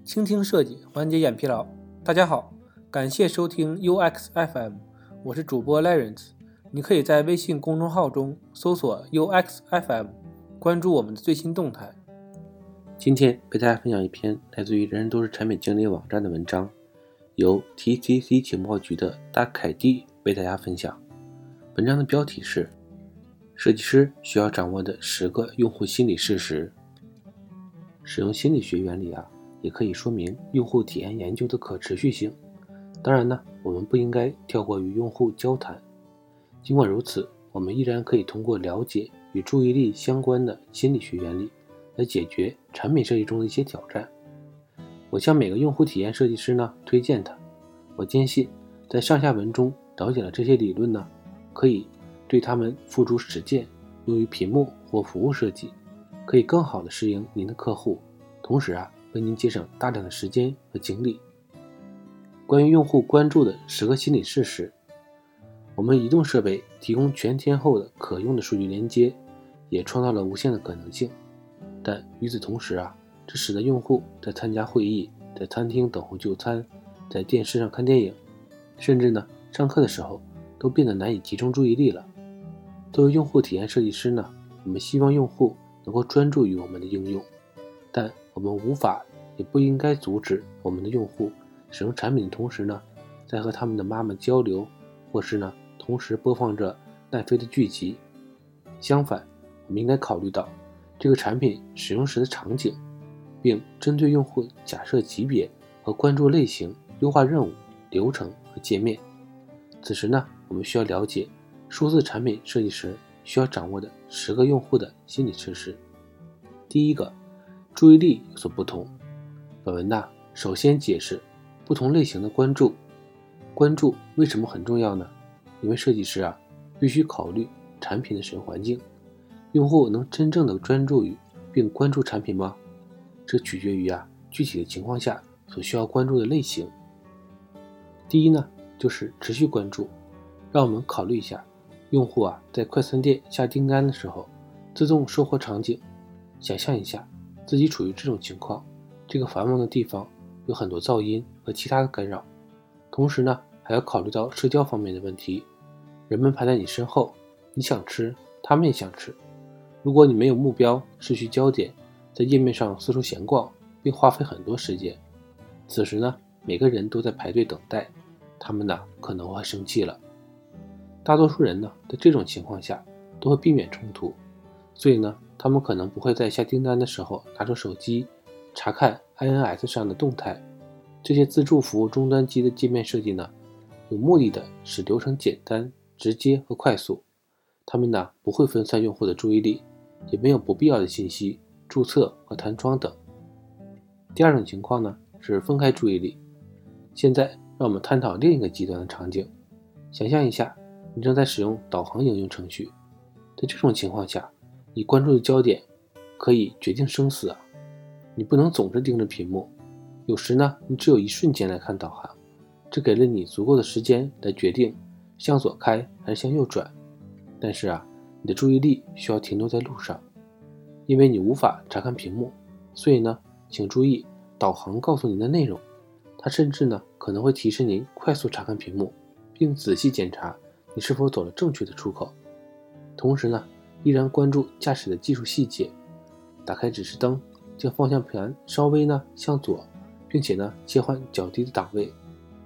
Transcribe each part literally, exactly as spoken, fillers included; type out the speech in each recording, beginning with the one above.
倾听设计，缓解眼疲劳。大家好，感谢收听 U X F M， 我是主播 Lawrence。你可以在微信公众号中搜索 U X F M， 关注我们的最新动态。今天为大家分享一篇来自于人人都是产品经理网站的文章，由 T C C 情报局的大凯蒂为大家分享。文章的标题是设计师需要掌握的十个用户心理事实。使用心理学原理啊，也可以说明用户体验研究的可持续性。当然呢，我们不应该跳过与用户交谈。尽管如此，我们依然可以通过了解与注意力相关的心理学原理来解决产品设计中的一些挑战。我向每个用户体验设计师呢推荐它。我坚信在上下文中了解了这些理论呢，可以对他们付诸实践，用于屏幕或服务设计，可以更好地适应您的客户，同时啊为您节省大量的时间和精力。关于用户关注的十个心理事实，我们移动设备提供全天候的可用的数据连接，也创造了无限的可能性。但与此同时啊，这使得用户在参加会议、在餐厅等候就餐、在电视上看电影，甚至呢上课的时候都变得难以集中注意力了。作为用户体验设计师呢，我们希望用户能够专注于我们的应用，但我们无法也不应该阻止我们的用户使用产品的同时呢，在和他们的妈妈交流，或是呢同时播放着奈飞的剧集。相反，我们应该考虑到这个产品使用时的场景，并针对用户假设级别和关注类型优化任务、流程和界面。此时呢，我们需要了解数字产品设计时需要掌握的十个用户的心理事实。第一个，注意力有所不同。本文呢，首先解释不同类型的关注。关注为什么很重要呢？因为设计师啊，必须考虑产品的使用环境。用户能真正的专注于并关注产品吗？这取决于啊具体的情况下所需要关注的类型。第一呢，就是持续关注。让我们考虑一下，用户啊在快餐店下订单的时候，自动收货场景。想象一下自己处于这种情况，这个繁忙的地方有很多噪音和其他的干扰，同时呢还要考虑到社交方面的问题。人们排在你身后，你想吃，他们也想吃。如果你没有目标，失去焦点，在页面上四处闲逛，并花费很多时间，此时呢每个人都在排队等待，他们呢可能会生气了。大多数人呢在这种情况下都会避免冲突，所以呢他们可能不会在下订单的时候拿出手机查看 I N S 上的动态。这些自助服务终端机的界面设计呢，有目的的使流程简单、直接和快速。他们呢不会分散用户的注意力，也没有不必要的信息、注册和弹窗等。第二种情况呢是分开注意力。现在让我们探讨另一个极端的场景。想象一下，你正在使用导航应用程序，在这种情况下，你关注的焦点可以决定生死啊！你不能总是盯着屏幕，有时呢，你只有一瞬间来看导航，这给了你足够的时间来决定向左开还是向右转。但是啊，你的注意力需要停留在路上，因为你无法查看屏幕，所以呢，请注意导航告诉您的内容，它甚至呢可能会提示您快速查看屏幕，并仔细检查你是否走了正确的出口。同时呢，依然关注驾驶的技术细节，打开指示灯，将方向盘稍微呢向左，并且呢切换较低的档位。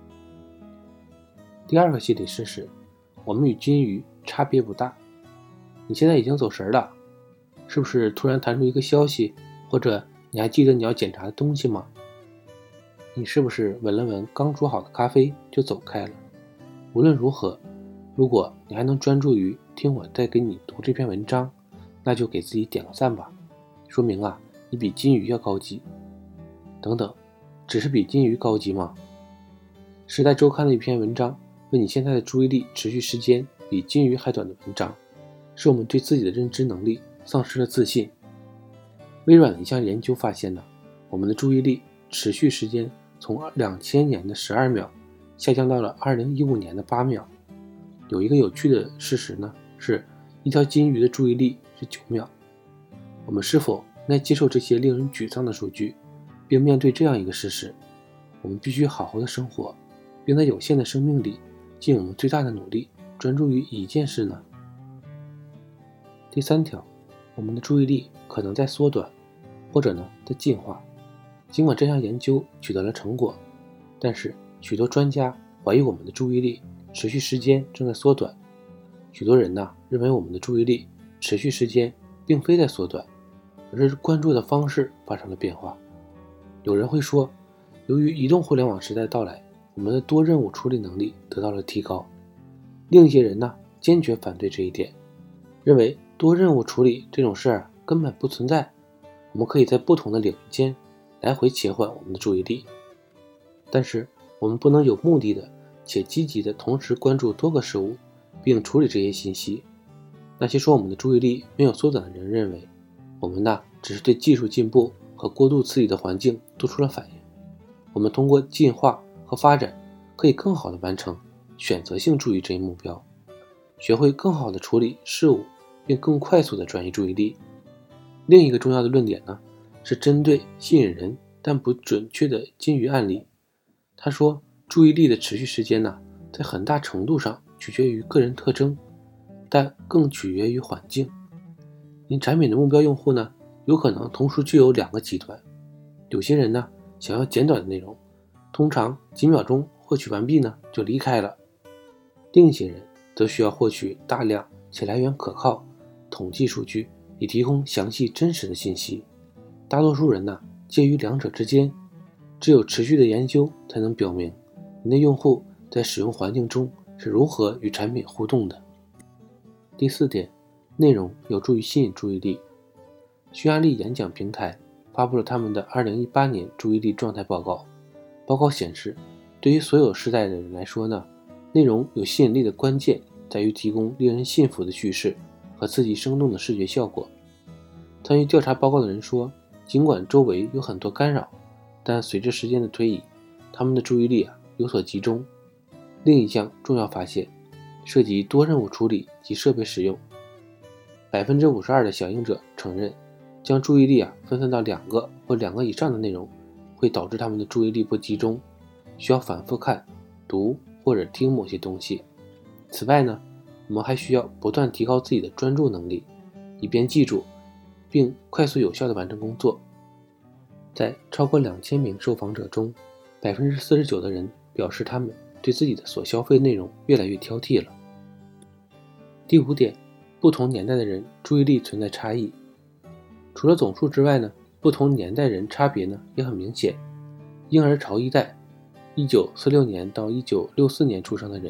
第二个心理事实，我们与金鱼差别不大。你现在已经走神了，是不是突然弹出一个消息，或者你还记得你要检查的东西吗？你是不是闻了闻刚煮好的咖啡就走开了？无论如何，如果你还能专注于听我再给你读这篇文章，那就给自己点个赞吧，说明啊你比金鱼要高级。等等，只是比金鱼高级吗？时代周刊的一篇文章，为你现在的注意力持续时间比金鱼还短的文章，是我们对自己的认知能力丧失了自信。微软的一项研究发现呢，我们的注意力持续时间从两千年的十二秒下降到了二零一五年的八秒。有一个有趣的事实呢，是一条金鱼的注意力是九秒。我们是否应该接受这些令人沮丧的数据？ 并面对这样一个事实：我们必须好好的生活，并在有限的生命里尽我们最大的努力，专注于一件事呢？第三条，我们的注意力可能在缩短，或者呢在进化。尽管这项研究取得了成果，但是许多专家怀疑我们的注意力持续时间正在缩短。许多人呢认为我们的注意力持续时间并非在缩短，而是关注的方式发生了变化。有人会说，由于移动互联网时代的到来，我们的多任务处理能力得到了提高。另一些人呢坚决反对这一点，认为多任务处理这种事儿根本不存在，我们可以在不同的领域间来回切换我们的注意力。但是我们不能有目的的且积极的同时关注多个事物并处理这些信息。那些说我们的注意力没有缩短的人认为，我们呢只是对技术进步和过度刺激的环境做出了反应。我们通过进化和发展可以更好的完成选择性注意这一目标，学会更好的处理事物并更快速的转移注意力。另一个重要的论点呢是针对吸引人但不准确的金鱼案例。他说，注意力的持续时间呢在很大程度上取决于个人特征，但更取决于环境。您产品的目标用户呢有可能同时具有两个极端，有些人呢想要简短的内容，通常几秒钟获取完毕呢就离开了。另一些人则需要获取大量且来源可靠统计数据，以提供详细真实的信息。大多数人呢介于两者之间，只有持续的研究才能表明您的用户在使用环境中是如何与产品互动的。第四点，内容有助于吸引注意力。匈牙利演讲平台发布了他们的二零一八年注意力状态报告。报告显示，对于所有世代的人来说呢，内容有吸引力的关键在于提供令人信服的叙事和刺激生动的视觉效果。参与调查报告的人说，尽管周围有很多干扰，但随着时间的推移，他们的注意力啊有所集中。另一项重要发现涉及多任务处理及设备使用。百分之五十二的响应者承认，将注意力啊分散到两个或两个以上的内容，会导致他们的注意力不集中，需要反复看、读或者听某些东西。此外呢，我们还需要不断提高自己的专注能力，以便记住并快速有效地完成工作。在超过两千名受访者中， 百分之四十九 的人表示他们对自己的所消费内容越来越挑剔了。第五点，不同年代的人注意力存在差异。除了总数之外呢，不同年代人差别呢也很明显。婴儿潮一代，一九四六年到一九六四年出生的人；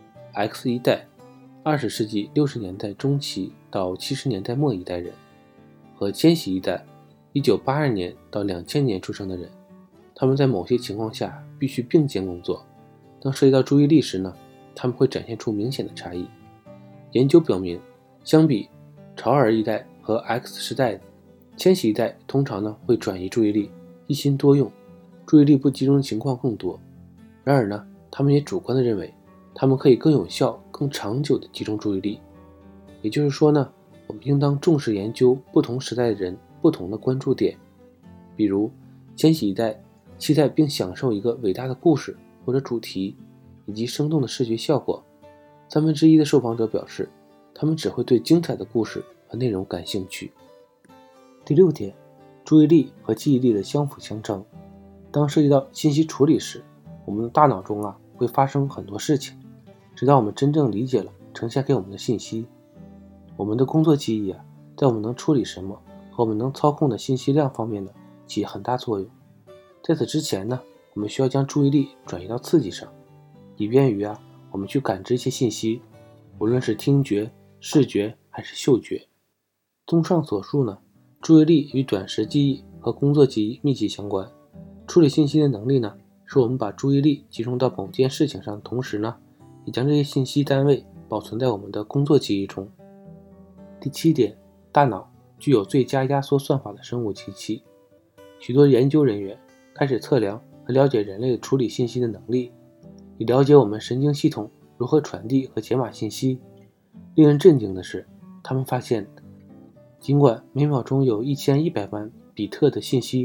X 一代，二十世纪六十年代中期到七十年代末一代人；和千禧一代，一九八二年到两千年出生的人。他们在某些情况下必须并肩工作，当涉及到注意力时呢，他们会展现出明显的差异。研究表明，相比潮儿一代和 X 时代，千禧一代通常呢会转移注意力，一心多用，注意力不集中的情况更多。然而呢，他们也主观地认为，他们可以更有效、更长久地集中注意力。也就是说呢，我们应当重视研究不同时代的人不同的关注点。比如，千禧一代期待并享受一个伟大的故事或者主题，以及生动的视觉效果。三分之一的受访者表示，他们只会对精彩的故事和内容感兴趣。第六点，注意力和记忆力的相辅相成。当涉及到信息处理时，我们的大脑中啊会发生很多事情，直到我们真正理解了呈现给我们的信息。我们的工作记忆啊，在我们能处理什么和我们能操控的信息量方面呢，起很大作用。在此之前呢，我们需要将注意力转移到刺激上，以便于啊我们去感知一些信息，无论是听觉、视觉还是嗅觉。综上所述呢，注意力与短时记忆和工作记忆密切相关。处理信息的能力呢，是我们把注意力集中到某件事情上的同时呢，也将这些信息单位保存在我们的工作记忆中。第七点，大脑具有最佳压缩算法的生物机器。许多研究人员开始测量和了解人类处理信息的能力，以了解我们神经系统如何传递和解码信息。令人震惊的是，他们发现，尽管每秒钟有一千一百万比特的信息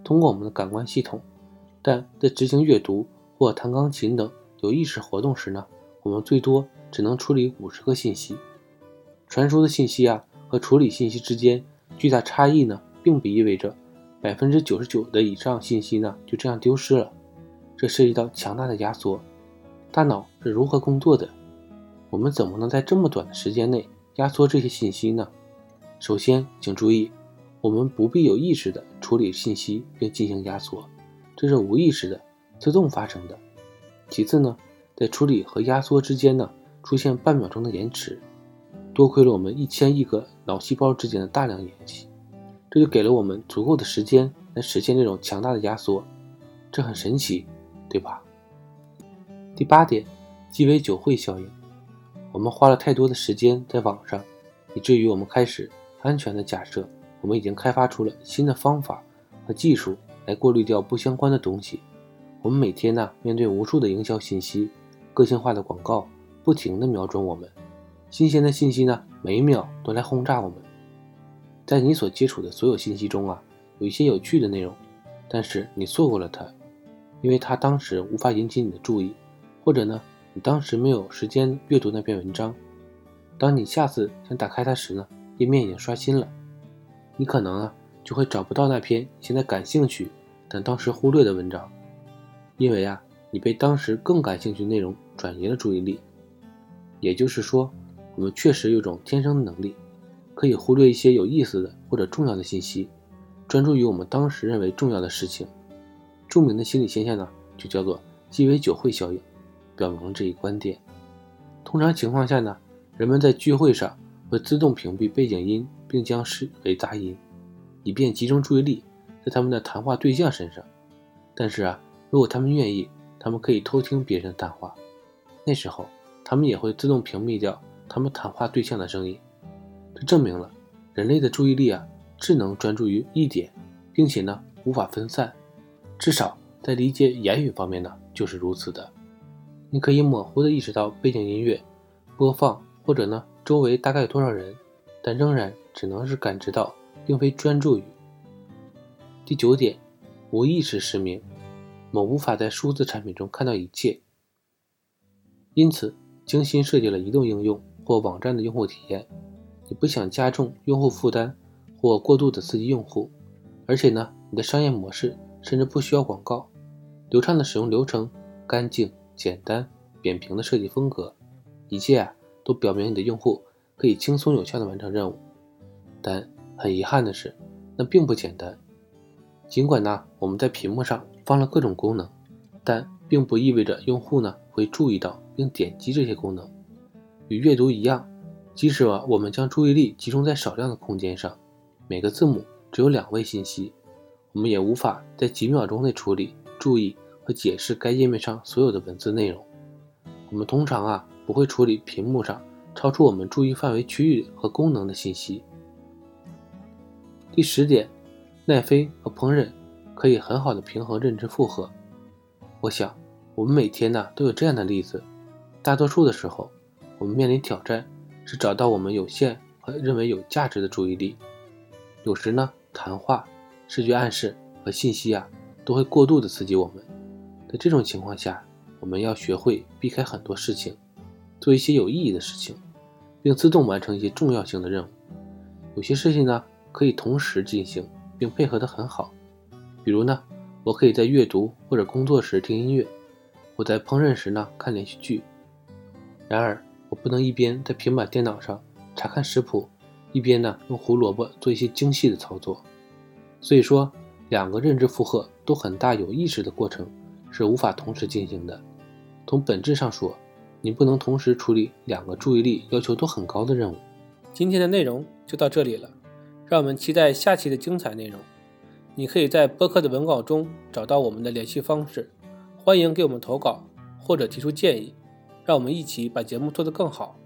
通过我们的感官系统，但在执行阅读或弹钢琴等有意识活动时呢，我们最多只能处理五十个信息。传输的信息啊和处理信息之间巨大差异呢，并不意味着 百分之九十九 的以上信息呢就这样丢失了。这涉及到强大的压缩。大脑是如何工作的？我们怎么能在这么短的时间内压缩这些信息呢？首先，请注意，我们不必有意识地处理信息并进行压缩，这是无意识的、自动发生的。其次呢，在处理和压缩之间呢，出现半秒钟的延迟，多亏了我们一千亿个脑细胞之间的大量联系，这就给了我们足够的时间来实现这种强大的压缩，这很神奇，对吧？第八点，鸡尾酒会效应。我们花了太多的时间在网上，以至于我们开始安全的假设我们已经开发出了新的方法和技术来过滤掉不相关的东西。我们每天呢，面对无数的营销信息，个性化的广告不停地瞄准我们，新鲜的信息呢，每一秒都来轰炸我们。在你所接触的所有信息中啊，有一些有趣的内容，但是你错过了它，因为它当时无法引起你的注意，或者呢，你当时没有时间阅读那篇文章。当你下次想打开它时呢，页面已经刷新了，你可能啊就会找不到那篇你现在感兴趣但当时忽略的文章，因为啊你被当时更感兴趣的内容转移了注意力。也就是说，我们确实有种天生的能力，可以忽略一些有意思的或者重要的信息，专注于我们当时认为重要的事情。著名的心理现象呢，就叫做鸡尾酒会效应，表明了这一观点。通常情况下呢，人们在聚会上会自动屏蔽背景音，并将视为杂音，以便集中注意力在他们的谈话对象身上。但是啊，如果他们愿意，他们可以偷听别人的谈话，那时候他们也会自动屏蔽掉他们谈话对象的声音。这证明了人类的注意力啊，只能专注于一点，并且呢无法分散，至少在理解言语方面呢就是如此的。你可以模糊地意识到背景音乐播放，或者呢周围大概有多少人，但仍然只能是感知到，并非专注于。第九点，无意识失明。我无法在数字产品中看到一切，因此精心设计了移动应用或网站的用户体验。你不想加重用户负担或过度的刺激用户，而且呢你的商业模式甚至不需要广告，流畅的使用流程，干净简单扁平的设计风格，一切啊都表明你的用户可以轻松有效地完成任务。但很遗憾的是，那并不简单。尽管呢我们在屏幕上放了各种功能，但并不意味着用户呢会注意到并点击这些功能。与阅读一样，即使啊我们将注意力集中在少量的空间上，每个字母只有两位信息，我们也无法在几秒钟内处理、注意和解释该页面上所有的文字内容。我们通常啊不会处理屏幕上超出我们注意范围区域和功能的信息。第十点，奈飞和烹饪可以很好的平衡认知负荷。我想我们每天呢都有这样的例子，大多数的时候我们面临挑战是找到我们有限和认为有价值的注意力。有时呢谈话、视觉暗示和信息啊都会过度的刺激我们。在这种情况下，我们要学会避开很多事情，做一些有意义的事情，并自动完成一些重要性的任务。有些事情呢可以同时进行并配合得很好，比如呢我可以在阅读或者工作时听音乐，我在烹饪时呢看连续剧。然而我不能一边在平板电脑上查看食谱，一边呢用胡萝卜做一些精细的操作。所以说两个认知负荷都很大有意识的过程是无法同时进行的。从本质上说，你不能同时处理两个注意力要求都很高的任务。今天的内容就到这里了，让我们期待下期的精彩内容。你可以在播客的文稿中找到我们的联系方式，欢迎给我们投稿或者提出建议，让我们一起把节目做得更好。